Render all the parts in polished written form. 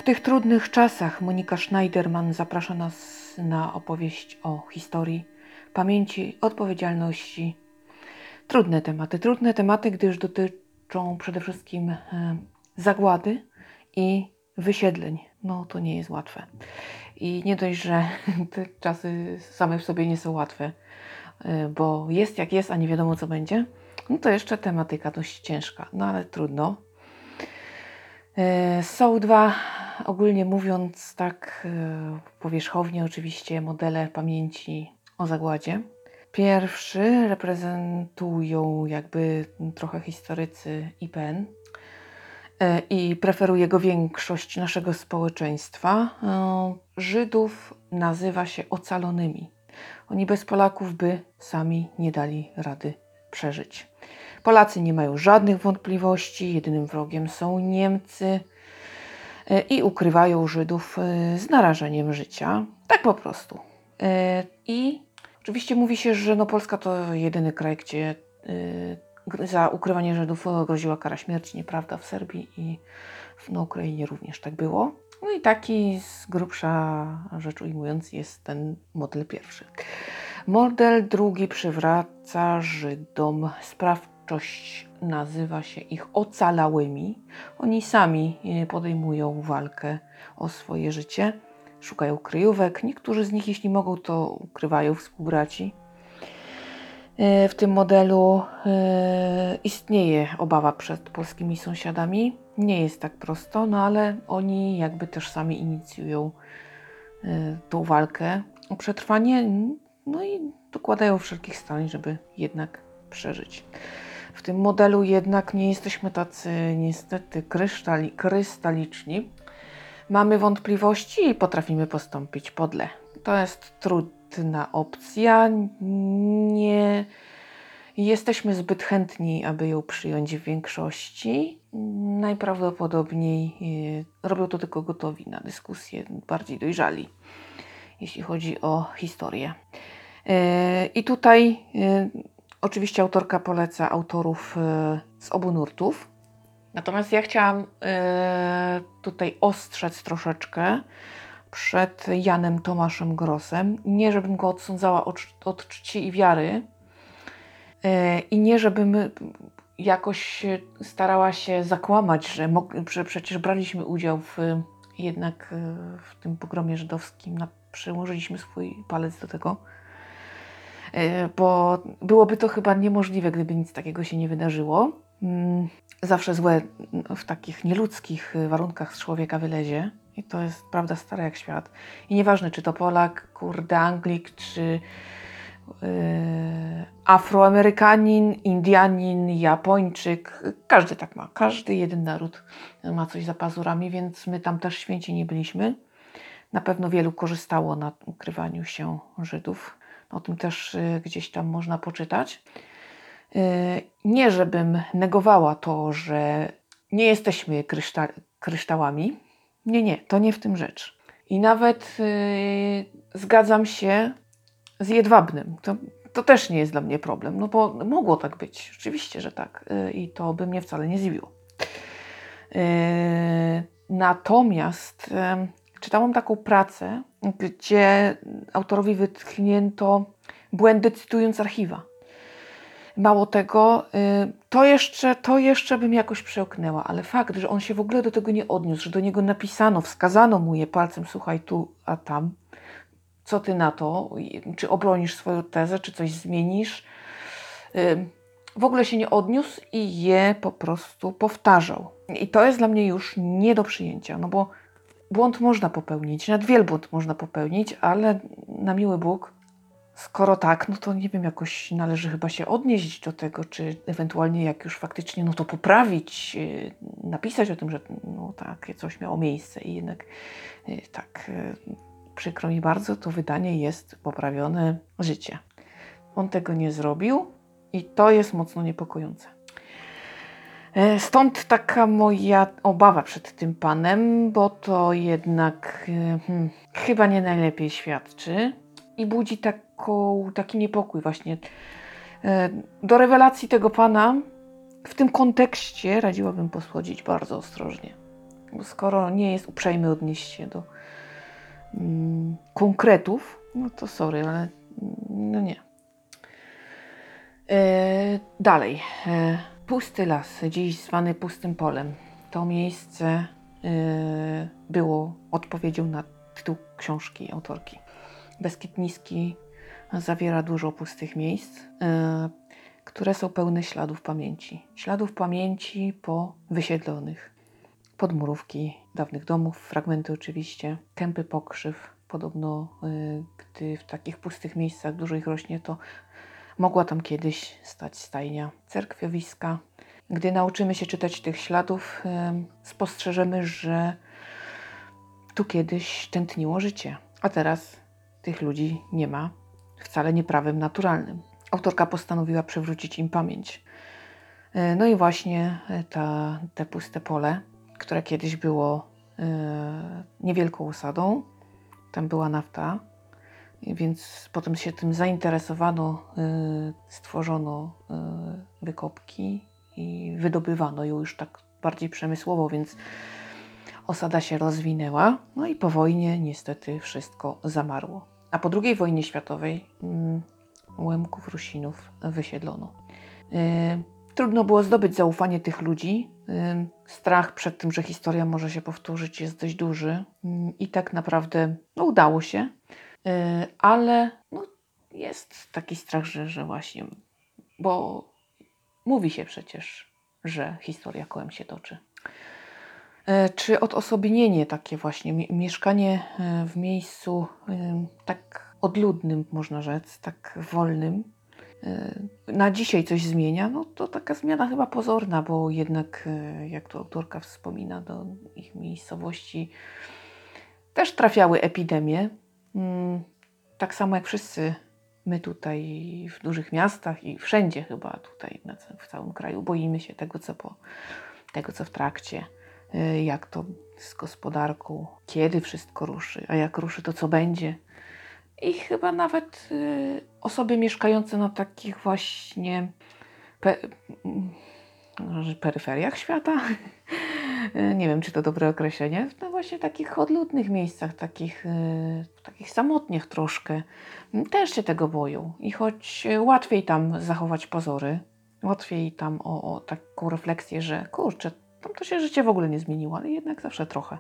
tych trudnych czasach Monika Schneiderman zaprasza nas na opowieść o historii, pamięci, odpowiedzialności. Trudne tematy, gdyż dotyczą przede wszystkim zagłady i wysiedleń. No to nie jest łatwe. I nie dość, że te czasy same w sobie nie są łatwe, bo jest jak jest, a nie wiadomo co będzie, no to jeszcze tematyka dość ciężka, no ale trudno. Są dwa, ogólnie mówiąc tak powierzchownie oczywiście, modele pamięci o zagładzie. Pierwszy reprezentują jakby trochę historycy IPN i preferuje go większość naszego społeczeństwa. Żydów nazywa się ocalonymi. Oni bez Polaków by sami nie dali rady przeżyć. Polacy nie mają żadnych wątpliwości, jedynym wrogiem są Niemcy i ukrywają Żydów z narażeniem życia. Tak po prostu. I oczywiście mówi się, że Polska to jedyny kraj, gdzie za ukrywanie Żydów groziła kara śmierci. Nieprawda, w Serbii i na Ukrainie również tak było. No i taki z grubsza rzecz ujmując jest ten model pierwszy. Model drugi przywraca Żydom sprawczość, nazywa się ich ocalałymi. Oni sami podejmują walkę o swoje życie, szukają kryjówek. Niektórzy z nich, jeśli mogą, to ukrywają współbraci. W tym modelu istnieje obawa przed polskimi sąsiadami. Nie jest tak prosto, no ale oni jakby też sami inicjują tą walkę o przetrwanie, no i dokładają wszelkich starań, żeby jednak przeżyć. W tym modelu jednak nie jesteśmy tacy niestety krystaliczni. Mamy wątpliwości i potrafimy postąpić podle. To jest trudna opcja. Nie jesteśmy zbyt chętni, aby ją przyjąć w większości. Najprawdopodobniej robią to tylko gotowi na dyskusję, bardziej dojrzali, jeśli chodzi o historię. I tutaj oczywiście autorka poleca autorów z obu nurtów. Natomiast ja chciałam tutaj ostrzec troszeczkę przed Janem Tomaszem Grossem. Nie żebym go odsądzała od czci i wiary i nie żebym jakoś starała się zakłamać, że przecież braliśmy udział jednak w tym pogromie żydowskim, przyłożyliśmy swój palec do tego, bo byłoby to chyba niemożliwe, gdyby nic takiego się nie wydarzyło. Zawsze złe w takich nieludzkich warunkach z człowieka wylezie i to jest prawda stara jak świat. I nieważne, czy to Polak, Kurde, Anglik, czy Afroamerykanin, Indianin, Japończyk, każdy tak ma. Każdy jeden naród ma coś za pazurami, więc my tam też święci nie byliśmy. Na pewno wielu korzystało na ukrywaniu się Żydów. O tym też gdzieś tam można poczytać. Nie żebym negowała to, że nie jesteśmy kryształami. Nie, to nie w tym rzecz. I nawet zgadzam się z Jedwabnym. To też nie jest dla mnie problem, no bo mogło tak być. Oczywiście, że tak. I to by mnie wcale nie zdziwiło. Natomiast czytałam taką pracę, gdzie autorowi wytknięto błędy, cytując archiwa. Mało tego, to jeszcze bym jakoś przełknęła, ale fakt, że on się w ogóle do tego nie odniósł, że do niego napisano, wskazano mu je palcem, słuchaj tu, a tam, co ty na to, czy obronisz swoją tezę, czy coś zmienisz, w ogóle się nie odniósł i je po prostu powtarzał. I to jest dla mnie już nie do przyjęcia, no bo błąd można popełnić, nawet wielbłąd można popełnić, ale na miły Bóg, skoro tak, no to nie wiem, jakoś należy chyba się odnieść do tego, czy ewentualnie jak już faktycznie, no to poprawić, napisać o tym, że no takie coś miało miejsce i jednak tak, przykro mi bardzo, to wydanie jest poprawione życie. On tego nie zrobił i to jest mocno niepokojące. Stąd taka moja obawa przed tym panem, bo to jednak chyba nie najlepiej świadczy i budzi taki niepokój właśnie. Do rewelacji tego pana w tym kontekście radziłabym podchodzić bardzo ostrożnie. skoro nie jest uprzejmy odnieść się do konkretów, no to sorry, ale no nie. Dalej. Pusty las, dziś zwany Pustym Polem. To miejsce było odpowiedzią na tytuł książki autorki. Beskid Niski zawiera dużo pustych miejsc, które są pełne śladów pamięci. Śladów pamięci po wysiedlonych. Podmurówki dawnych domów, fragmenty oczywiście, kępy pokrzyw. Podobno, gdy w takich pustych miejscach dużo ich rośnie, to mogła tam kiedyś stać stajnia. Cerkwiowiska. Gdy nauczymy się czytać tych śladów, spostrzeżemy, że tu kiedyś tętniło życie, a teraz tych ludzi nie ma, wcale nie prawem naturalnym. Autorka postanowiła przywrócić im pamięć. No i właśnie te puste pole, które kiedyś było niewielką osadą, tam była nafta, więc potem się tym zainteresowano, stworzono wykopki i wydobywano ją już tak bardziej przemysłowo, więc osada się rozwinęła, no i po wojnie niestety wszystko zamarło. A po II wojnie światowej Łemków, Rusinów wysiedlono. Trudno było zdobyć zaufanie tych ludzi. Strach przed tym, że historia może się powtórzyć, jest dość duży i tak naprawdę udało się, ale jest taki strach, że właśnie, bo mówi się przecież, że historia kołem się toczy. Czy odosobnienie takie właśnie, mieszkanie w miejscu tak odludnym, można rzec, tak wolnym, na dzisiaj coś zmienia, no to taka zmiana chyba pozorna, bo jednak, jak tu autorka wspomina, do ich miejscowości też trafiały epidemie. Tak samo jak wszyscy my tutaj w dużych miastach i wszędzie chyba tutaj w całym kraju boimy się tego, co w trakcie, jak to z gospodarką, kiedy wszystko ruszy, a jak ruszy, to co będzie. I chyba nawet osoby mieszkające na takich właśnie peryferiach świata, nie wiem, czy to dobre określenie, no właśnie takich odludnych miejscach, takich samotnych troszkę, też się tego boją. I choć łatwiej tam zachować pozory, łatwiej tam o taką refleksję, że kurczę, tam to się życie w ogóle nie zmieniło, ale jednak zawsze trochę.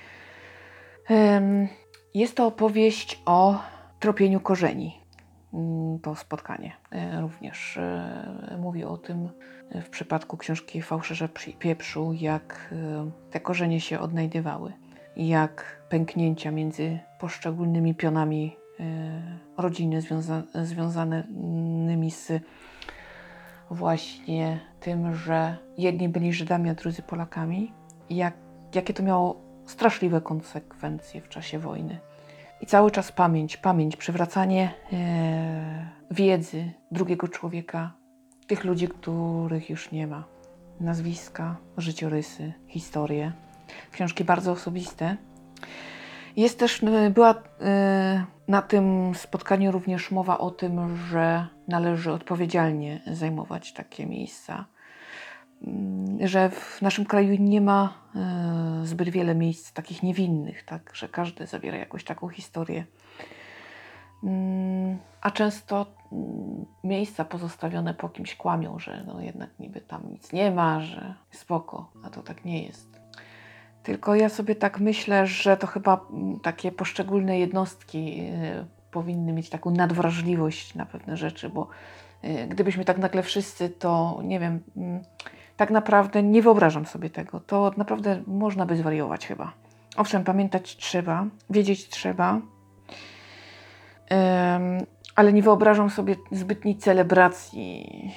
Jest to opowieść o tropieniu korzeni. To spotkanie również mówi o tym w przypadku książki Fałszerze pieprzu, jak te korzenie się odnajdywały, jak pęknięcia między poszczególnymi pionami rodziny związanymi z właśnie tym, że jedni byli Żydami, a drudzy Polakami, i jakie to miało straszliwe konsekwencje w czasie wojny. I cały czas pamięć, przywracanie wiedzy drugiego człowieka, tych ludzi, których już nie ma. Nazwiska, życiorysy, historie. Książki bardzo osobiste. Była na tym spotkaniu również mowa o tym, że należy odpowiedzialnie zajmować takie miejsca. Że w naszym kraju nie ma zbyt wiele miejsc takich niewinnych, tak, że każdy zawiera jakąś taką historię. A często miejsca pozostawione po kimś kłamią, że jednak niby tam nic nie ma, że spoko, a to tak nie jest. Tylko ja sobie tak myślę, że to chyba takie poszczególne jednostki powinny mieć taką nadwrażliwość na pewne rzeczy, bo gdybyśmy tak nagle wszyscy, to nie wiem, tak naprawdę nie wyobrażam sobie tego. To naprawdę można by zwariować chyba. Owszem, pamiętać trzeba, wiedzieć trzeba, ale nie wyobrażam sobie zbytniej celebracji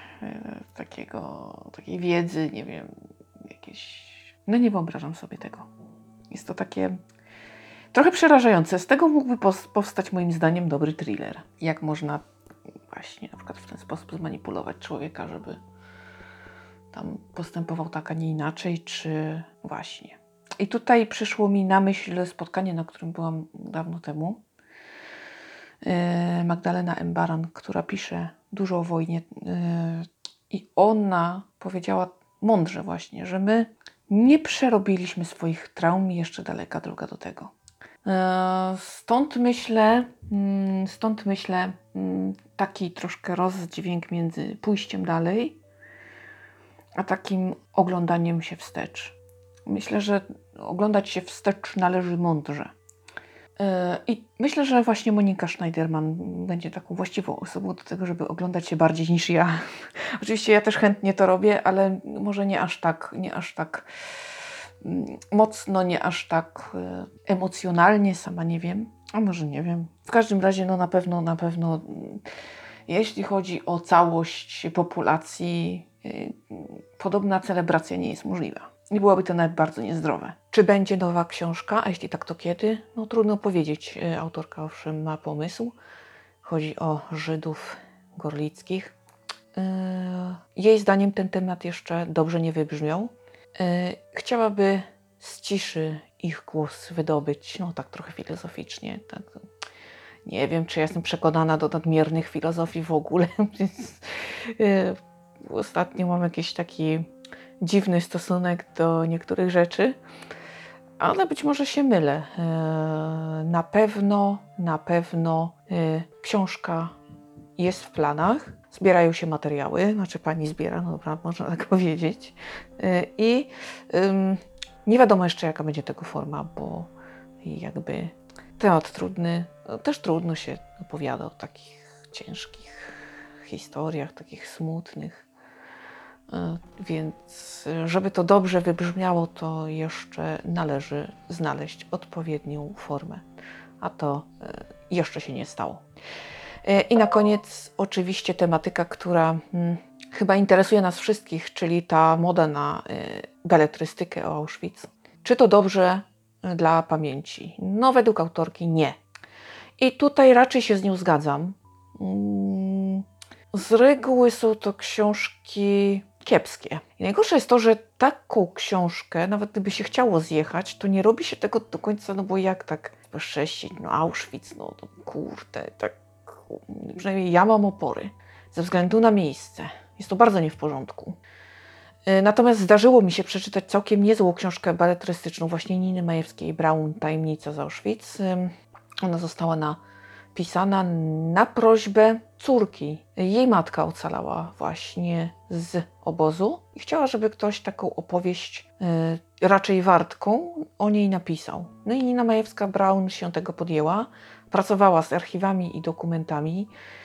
takiej wiedzy, nie wiem, jakieś... No nie wyobrażam sobie tego. Jest to takie trochę przerażające. Z tego mógłby powstać moim zdaniem dobry thriller. Jak można właśnie na przykład w ten sposób zmanipulować człowieka, żeby tam postępował tak, a nie inaczej, czy właśnie. I tutaj przyszło mi na myśl spotkanie, na którym byłam dawno temu. Magdalena M. Baran, która pisze dużo o wojnie, i ona powiedziała mądrze właśnie, że my nie przerobiliśmy swoich traum i jeszcze daleka droga do tego. Stąd myślę taki troszkę rozdźwięk między pójściem dalej, a takim oglądaniem się wstecz. Myślę, że oglądać się wstecz należy mądrze. I myślę, że właśnie Monika Schneiderman będzie taką właściwą osobą do tego, żeby oglądać się bardziej niż ja. Oczywiście ja też chętnie to robię, ale może nie aż tak mocno, nie aż tak emocjonalnie, sama nie wiem, a może nie wiem. W każdym razie no na pewno jeśli chodzi o całość populacji, podobna celebracja nie jest możliwa. I byłoby to nawet bardzo niezdrowe. Czy będzie nowa książka, a jeśli tak, to kiedy? No trudno powiedzieć. Autorka owszem ma pomysł. Chodzi o Żydów gorlickich. Jej zdaniem ten temat jeszcze dobrze nie wybrzmiał. Chciałaby z ciszy ich głos wydobyć, no tak trochę filozoficznie. Tak. Nie wiem, czy ja jestem przekonana do nadmiernych filozofii w ogóle. Ostatnio mam jakiś taki dziwny stosunek do niektórych rzeczy, ale być może się mylę. Na pewno książka jest w planach. Zbierają się materiały, znaczy pani zbiera, no dobra, można tak powiedzieć. I nie wiadomo jeszcze, jaka będzie tego forma, bo jakby temat trudny, też trudno się opowiada o takich ciężkich historiach, takich smutnych. Więc żeby to dobrze wybrzmiało, to jeszcze należy znaleźć odpowiednią formę, a to jeszcze się nie stało. I na koniec oczywiście tematyka, która chyba interesuje nas wszystkich, czyli ta moda na beletrystykę o Auschwitz. Czy to dobrze dla pamięci? No według autorki nie. I tutaj raczej się z nią zgadzam. Z reguły są to książki kiepskie. I najgorsze jest to, że taką książkę, nawet gdyby się chciało zjechać, to nie robi się tego do końca, no bo jak tak bezcześcić, no Auschwitz, no to kurde, tak przynajmniej ja mam opory ze względu na miejsce. Jest to bardzo nie w porządku. Natomiast zdarzyło mi się przeczytać całkiem niezłą książkę beletrystyczną właśnie Niny Majewskiej-Braun Tajemnica z Auschwitz. Ona została napisana na prośbę córki. Jej matka ocalała właśnie z obozu i chciała, żeby ktoś taką opowieść raczej wartką o niej napisał. No i Nina Majewska-Braun się tego podjęła. Pracowała z archiwami i dokumentami.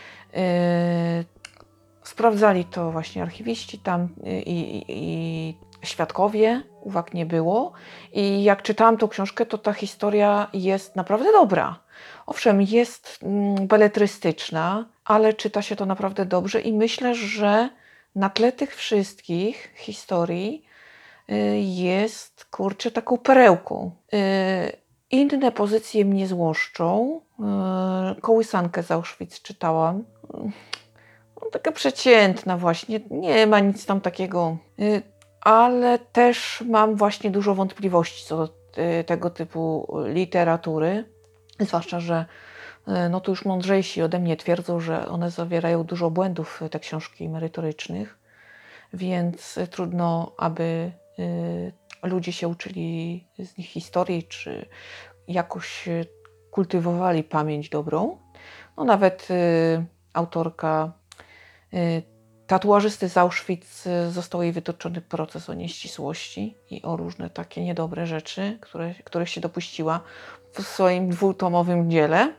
Sprawdzali to właśnie archiwiści tam i świadkowie, uwag nie było. I jak czytałam tą książkę, to ta historia jest naprawdę dobra. Owszem, jest beletrystyczna, ale czyta się to naprawdę dobrze i myślę, że na tle tych wszystkich historii jest, kurczę, taką perełką. Inne pozycje mnie złoszczą. Kołysankę z Auschwitz czytałam. No, taka przeciętna właśnie, nie ma nic tam takiego. Ale też mam właśnie dużo wątpliwości co do tego typu literatury. Zwłaszcza, że no to już mądrzejsi ode mnie twierdzą, że one zawierają dużo błędów, te książki merytorycznych, więc trudno, aby ludzie się uczyli z nich historii, czy jakoś kultywowali pamięć dobrą. No nawet autorka tatuażysty z Auschwitz został jej wytoczony proces o nieścisłości i o różne takie niedobre rzeczy, których się dopuściła w swoim 2-tomowym dziele.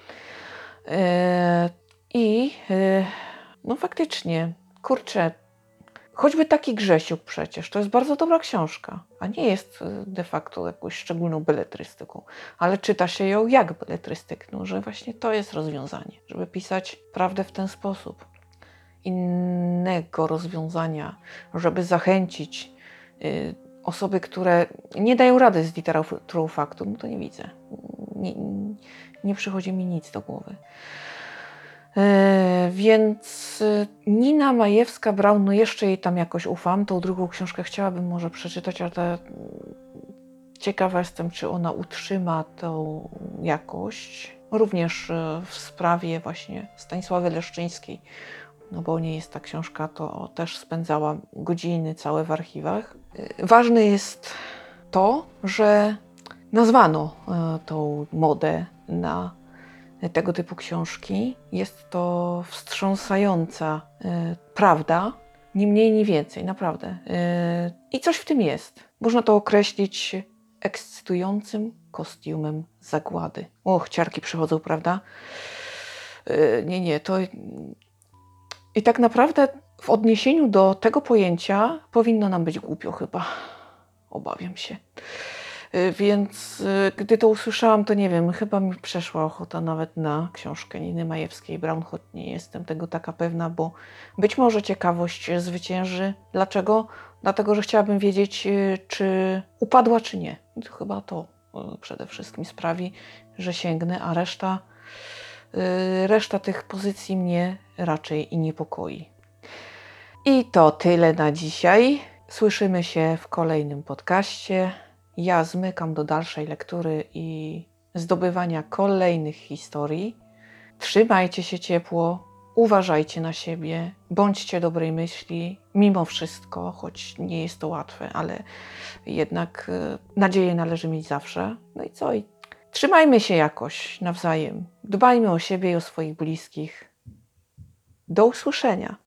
No faktycznie, kurczę, choćby taki Grzesiuk przecież, to jest bardzo dobra książka, a nie jest de facto jakąś szczególną beletrystyką, ale czyta się ją jak beletrystykę, no, że właśnie to jest rozwiązanie, żeby pisać prawdę w ten sposób. Innego rozwiązania, żeby zachęcić osoby, które nie dają rady z literaturą faktu, no to nie widzę. Nie przychodzi mi nic do głowy. Więc Nina Majewska-Braun, no jeszcze jej tam jakoś ufam. Tą drugą książkę chciałabym może przeczytać, ale ciekawa jestem, czy ona utrzyma tą jakość. Również w sprawie właśnie Stanisławy Leszczyńskiej, no bo o niej jest ta książka, to też spędzałam godziny całe w archiwach. Ważne jest to, że nazwano tą modę na tego typu książki. Jest to wstrząsająca prawda, ni mniej, ni więcej, naprawdę. I coś w tym jest. Można to określić ekscytującym kostiumem zagłady. Och, ciarki przychodzą, prawda? Nie, to... I tak naprawdę w odniesieniu do tego pojęcia powinno nam być głupio chyba. Obawiam się. Więc gdy to usłyszałam, to nie wiem, chyba mi przeszła ochota nawet na książkę Niny Majewskiej-Brown, choć nie jestem tego taka pewna, bo być może ciekawość zwycięży. Dlaczego? Dlatego, że chciałabym wiedzieć, czy upadła, czy nie. I to chyba to przede wszystkim sprawi, że sięgnę, a reszta tych pozycji mnie raczej i niepokoi. I to tyle na dzisiaj. Słyszymy się w kolejnym podcaście. Ja zmykam do dalszej lektury i zdobywania kolejnych historii. Trzymajcie się ciepło, uważajcie na siebie, bądźcie dobrej myśli, mimo wszystko, choć nie jest to łatwe, ale jednak nadzieję należy mieć zawsze. No i co? Trzymajmy się jakoś nawzajem. Dbajmy o siebie i o swoich bliskich. Do usłyszenia.